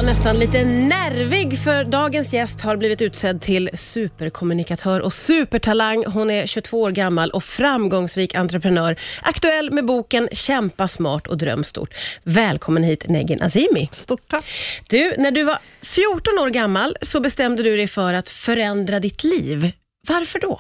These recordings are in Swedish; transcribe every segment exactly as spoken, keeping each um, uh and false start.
nästan lite nervig för dagens gäst har blivit utsedd till superkommunikatör och supertalang. Hon är tjugotvå år gammal och framgångsrik entreprenör. Aktuell med boken Kämpa smart och dröm stort. Välkommen hit, Negin Azimi. Stort tack. Du, när du var fjorton år gammal så bestämde du dig för att förändra ditt liv. Varför då?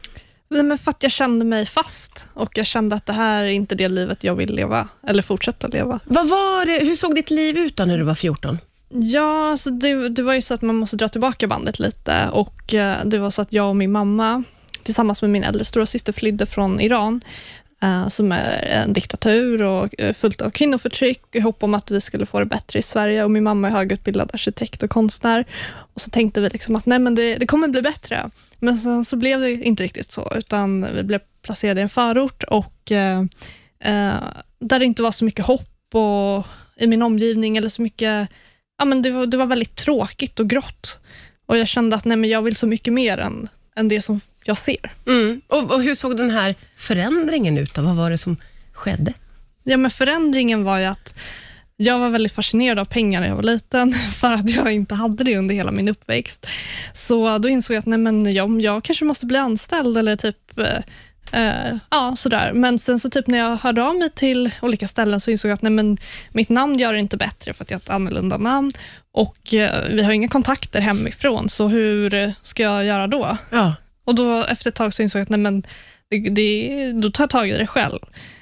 Men för att jag kände mig fast och jag kände att det här är inte det livet jag vill leva eller fortsätta leva. Vad var det? Hur såg ditt liv ut då när du var fjorton? Ja, så det, det var ju så att man måste dra tillbaka bandet lite och eh, det var så att jag och min mamma tillsammans med min äldre stora syster flydde från Iran eh, som är en diktatur och eh, fullt av kvinnoförtryck i hopp om att vi skulle få det bättre i Sverige, och min mamma är högutbildad arkitekt och konstnär, och så tänkte vi liksom att nej, men det, det kommer bli bättre. Men sen så blev det inte riktigt så, utan vi blev placerade i en förort och eh, eh, där det inte var så mycket hopp och, i min omgivning eller så mycket, ja, men det var, det var väldigt tråkigt och grått. Och jag kände att nej, men jag vill så mycket mer än, än det som jag ser. Mm. Och, och hur såg den här förändringen ut då? Vad var det som skedde? Ja, men förändringen var ju att jag var väldigt fascinerad av pengar när jag var liten, för att jag inte hade det under hela min uppväxt. Så då insåg jag att nej, men jag, jag kanske måste bli anställd eller typ eh, ja, sådär. Men sen så typ när jag hörde av mig till olika ställen så insåg jag att nej, men mitt namn gör det inte bättre för att jag har ett annorlunda namn och eh, vi har inga kontakter hemifrån, så hur ska jag göra då? Ja. Och då efter ett tag så insåg jag att nej, men det, det, då tar jag tag i det själv.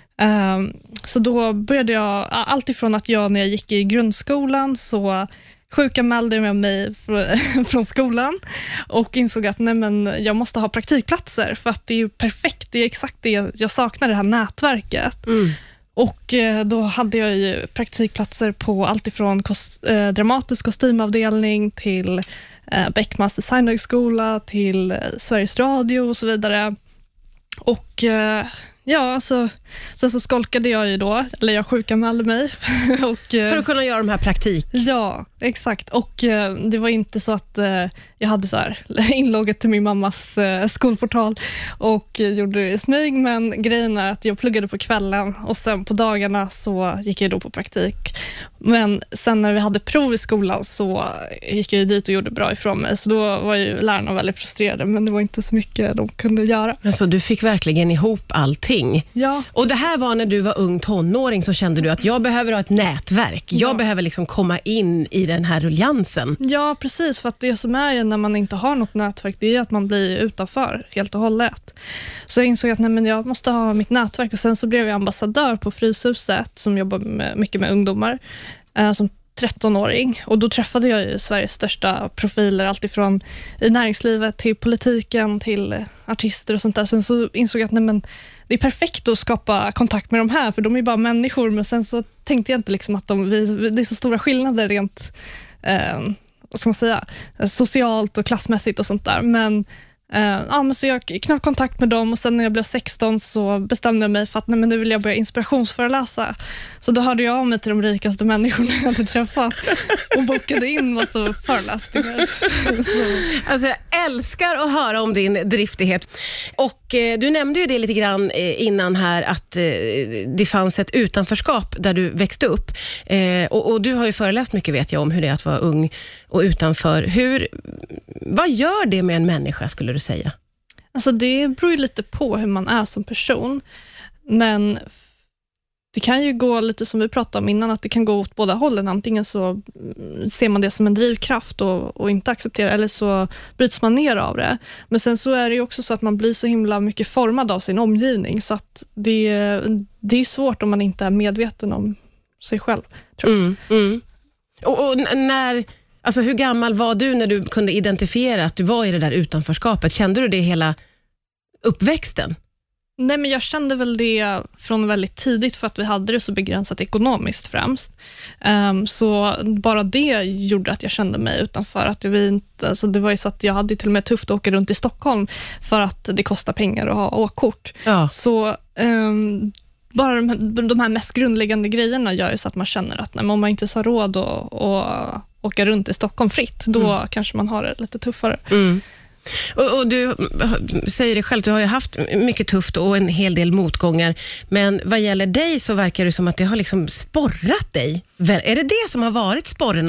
Um, så då började jag, allt ifrån att jag när jag gick i grundskolan så sjukanmälde jag mig fr- från skolan och insåg att nej, men jag måste ha praktikplatser för att det är ju perfekt, det är exakt det jag saknar, det här nätverket. Mm. Och eh, då hade jag ju praktikplatser på allt ifrån kost, eh, dramatisk kostymavdelning till eh, Beckmans designhögskola till eh, Sveriges Radio och så vidare. Och eh, ja, så, sen så skolkade jag ju då, eller jag sjukanmälde mig. och, eh, för att kunna göra de här praktik. Ja, exakt. Och eh, det var inte så att eh, jag hade så här inloggat till min mammas eh, skolportal och eh, gjorde det i smyg, men grejen är att jag pluggade på kvällen och sen på dagarna så gick jag då på praktik. Men sen när vi hade prov i skolan så gick jag dit och gjorde bra ifrån mig, så då var ju lärarna väldigt frustrerade, men det var inte så mycket de kunde göra. Alltså du fick verkligen ihop allting. Ja. Och det här var när du var ung tonåring, så kände du att jag behöver ha ett nätverk. Jag ja. behöver liksom komma in i den här ruljansen. Ja, precis. För att det som är när man inte har något nätverk, det är att man blir utanför helt och hållet. Så jag insåg att nej, men jag måste ha mitt nätverk, och sen så blev jag ambassadör på Fryshuset som jobbar med, mycket med ungdomar eh, som trettonåring, och då träffade jag ju Sveriges största profiler, alltifrån i näringslivet till politiken till artister och sånt där. Sen så insåg jag att nej, men det är perfekt att skapa kontakt med de här, för de är bara människor, men sen så tänkte jag inte liksom att de, det är så stora skillnader rent eh, vad ska man säga, socialt och klassmässigt och sånt där, men Uh, ja, men så jag knöt kontakt med dem, och sen när jag blev sexton så bestämde jag mig för att nej, men nu vill jag börja inspirationsföreläsa. Så då hörde jag av mig till de rikaste människorna jag hade träffat och bokade in massa föreläsningar. så. Alltså jag älskar att höra om din driftighet. Och eh, du nämnde ju det lite grann eh, innan här, att eh, det fanns ett utanförskap där du växte upp. Eh, och, och du har ju föreläst mycket, vet jag, om hur det är att vara ung och utanför. Hur, vad gör det med en människa, skulle du säga? Alltså det beror ju lite på hur man är som person, men det kan ju gå lite som vi pratade om innan, att det kan gå åt båda hållen. Antingen så ser man det som en drivkraft och, och inte accepterar, eller så bryts man ner av det. Men sen så är det ju också så att man blir så himla mycket formad av sin omgivning, så att det, det är svårt om man inte är medveten om sig själv, tror jag. Mm, mm. Och, och när... Alltså hur gammal var du när du kunde identifiera att du var i det där utanförskapet? Kände du det hela uppväxten? Nej, men jag kände väl det från väldigt tidigt, för att vi hade det så begränsat ekonomiskt främst. Um, så bara det gjorde att jag kände mig utanför. Att det, var inte, alltså det var ju så att jag hade till och med tufft att åka runt i Stockholm för att det kostar pengar att ha åkkort. Ja. Så... Um, bara de, de här mest grundläggande grejerna gör ju så att man känner att när man inte har råd att, att åka runt i Stockholm fritt, då mm. kanske man har det lite tuffare. Mm. Och, och du säger det själv, du har ju haft mycket tufft och en hel del motgångar, men vad gäller dig så verkar det som att det har liksom sporrat dig. Är det det som har varit sporren, att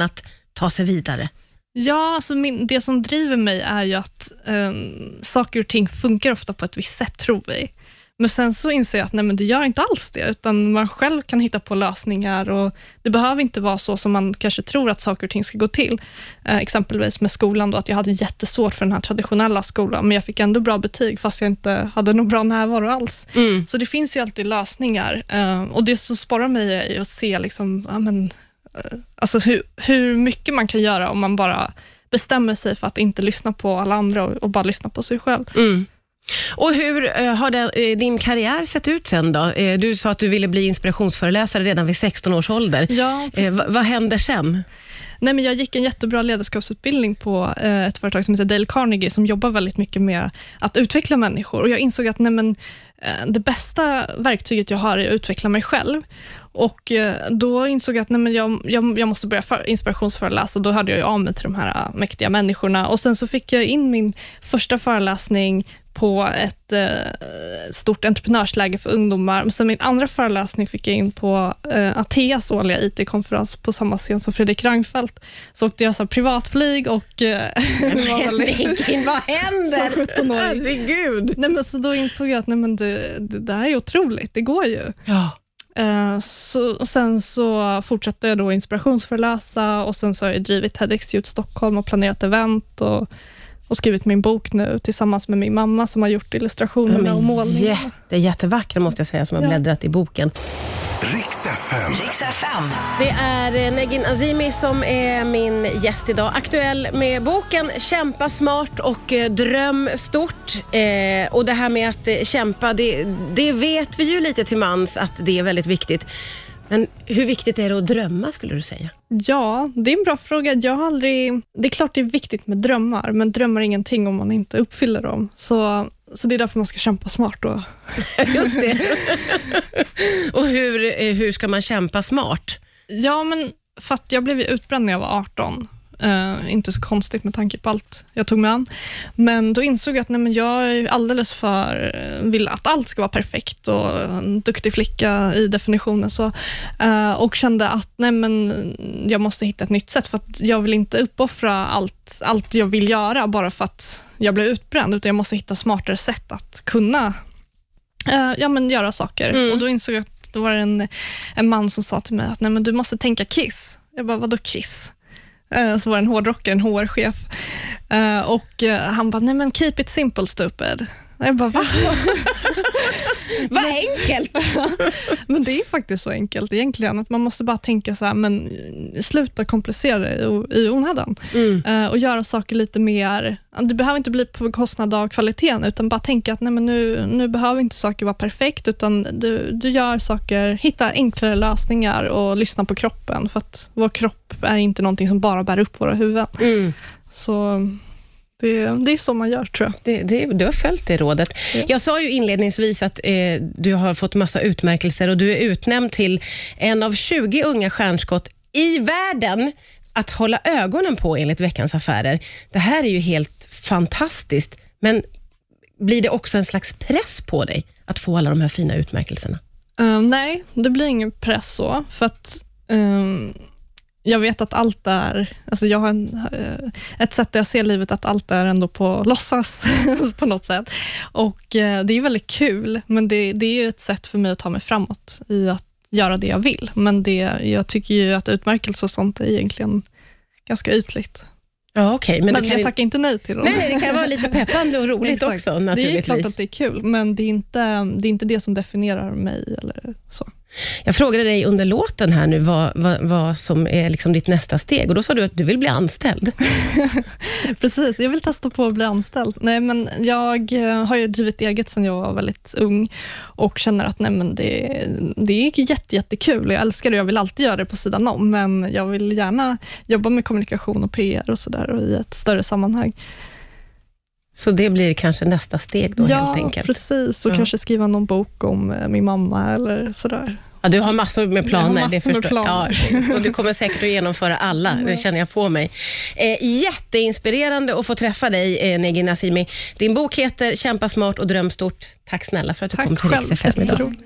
ta sig vidare? Ja, alltså min, det som driver mig är ju att eh, saker och ting funkar ofta på ett visst sätt, tror vi. Men sen så inser jag att nej, men det gör inte alls det, utan man själv kan hitta på lösningar och det behöver inte vara så som man kanske tror att saker och ting ska gå till. Eh, exempelvis med skolan då, att jag hade jättesvårt för den här traditionella skolan, men jag fick ändå bra betyg fast jag inte hade någon bra närvaro alls. Mm. Så det finns ju alltid lösningar eh, och det som sporrar mig är att se liksom, ja, men, eh, alltså hur, hur mycket man kan göra om man bara bestämmer sig för att inte lyssna på alla andra och, och bara lyssna på sig själv. Mm. Och hur uh, har det, uh, din karriär sett ut sen då? Uh, du sa att du ville bli inspirationsföreläsare redan vid sexton års ålder. Ja, uh, v- vad hände sen? Nej, men jag gick en jättebra ledarskapsutbildning på uh, ett företag som heter Dale Carnegie som jobbar väldigt mycket med att utveckla människor. Och jag insåg att nej, men, uh, det bästa verktyget jag har är att utveckla mig själv. Och uh, då insåg jag att nej, men jag, jag, jag måste börja för, inspirationsföreläsa och då hörde jag ju av mig till de här uh, mäktiga människorna. Och sen så fick jag in min första föreläsning på ett eh, stort entreprenörsläge för ungdomar. Men sen min andra föreläsning fick jag in på eh, Ateas årliga I T-konferens på samma scen som Fredrik Reinfeldt. Så åkte jag så här privatflyg och eh, var väldigt, vad händer? sjutton-åring. Herregud. Nej, men så då insåg jag att nej, men det, det där är otroligt, det går ju. Ja. Eh, så, och sen så fortsatte jag då inspirationsföreläsa och sen så har jag drivit TEDx Youth Stockholm och planerat event och och skrivit min bok nu tillsammans med min mamma som har gjort illustrationerna och målningarna. Jätte, jättevackra måste jag säga som har ja. bläddrat i boken. Riks F M. Riks F M. Det är Negin Azimi som är min gäst idag. Aktuell med boken Kämpa smart och dröm stort. Eh, och det här med att kämpa, det, det vet vi ju lite till mans att det är väldigt viktigt. Men hur viktigt är det att drömma, skulle du säga? Ja, det är en bra fråga. Jag har aldrig... Det är klart det är viktigt med drömmar, men drömmar är ingenting om man inte uppfyller dem. Så, så det är därför man ska kämpa smart då. Just det. Och hur, hur ska man kämpa smart? Ja, men för att jag blev ju utbränd när jag var arton. Uh, inte så konstigt med tanke på allt jag tog mig an. Men då insåg jag att nej, men jag är alldeles för vill att allt ska vara perfekt och en duktig flicka i definitionen. Så, uh, och kände att nej, men jag måste hitta ett nytt sätt för att jag vill inte uppoffra allt, allt jag vill göra bara för att jag blev utbränd, utan jag måste hitta smartare sätt att kunna uh, ja, men göra saker. Mm. Och då insåg jag att det var en, en man som sa till mig att nej, men du måste tänka Kiss. Jag bara, vadå Kiss? Så var det en hårdrockare, en H R-chef. Och han bara, nej men keep it simple stupid. Jag bara, va? Vad enkelt. Men det är faktiskt så enkelt egentligen, att man måste bara tänka så här, men sluta komplicera det i onödan. Mm. Och göra saker lite mer, det behöver inte bli på bekostnad av kvaliteten, utan bara tänka att nej, men nu, nu behöver inte saker vara perfekt, utan du, du gör saker, hitta enklare lösningar och lyssna på kroppen, för att vår kropp är inte någonting som bara bär upp våra huvuden. Mm. Så... Det, det är så man gör, tror jag. Det, det, du har följt det rådet. Ja. Jag sa ju inledningsvis att eh, du har fått massa utmärkelser och du är utnämnd till en av tjugo unga stjärnskott i världen att hålla ögonen på enligt Veckans Affärer. Det här är ju helt fantastiskt, men blir det också en slags press på dig att få alla de här fina utmärkelserna? Uh, nej, det blir ingen press så, för att... Um... Jag vet att allt är, alltså jag har en, ett sätt där jag ser livet att allt är ändå på låtsas på något sätt. Och det är väldigt kul, men det, det är ju ett sätt för mig att ta mig framåt i att göra det jag vill. Men det, jag tycker ju att utmärkelse och sånt är egentligen ganska ytligt. Ja, okay, men men kan jag vi... tackar inte nej till dem. Nej, det kan vara lite peppande och roligt också, naturligtvis. Det är klart att det är kul, men det är inte det, är inte det som definierar mig eller så. Jag frågade dig under låten här nu vad, vad, vad som är liksom ditt nästa steg, och då sa du att du vill bli anställd. Precis, jag vill testa på att bli anställd. Nej, men jag har ju drivit eget sedan jag var väldigt ung och känner att nej, men det, det är jätte, jättekul. Jag älskar det, jag vill alltid göra det på sidan om, men jag vill gärna jobba med kommunikation och P R och sådär och i ett större sammanhang. Så det blir kanske nästa steg då, ja, helt enkelt? Ja, precis. Och ja. Kanske skriva någon bok om min mamma eller sådär. Ja, du har massor med planer. Jag har massor det förstår. Med planer. Ja, och du kommer säkert att genomföra alla, det känner jag på mig. Eh, jätteinspirerande att få träffa dig, eh, Negin Azimi. Din bok heter Kämpa smart och dröm stort. Tack snälla för att du Tack kom till Riks F M idag.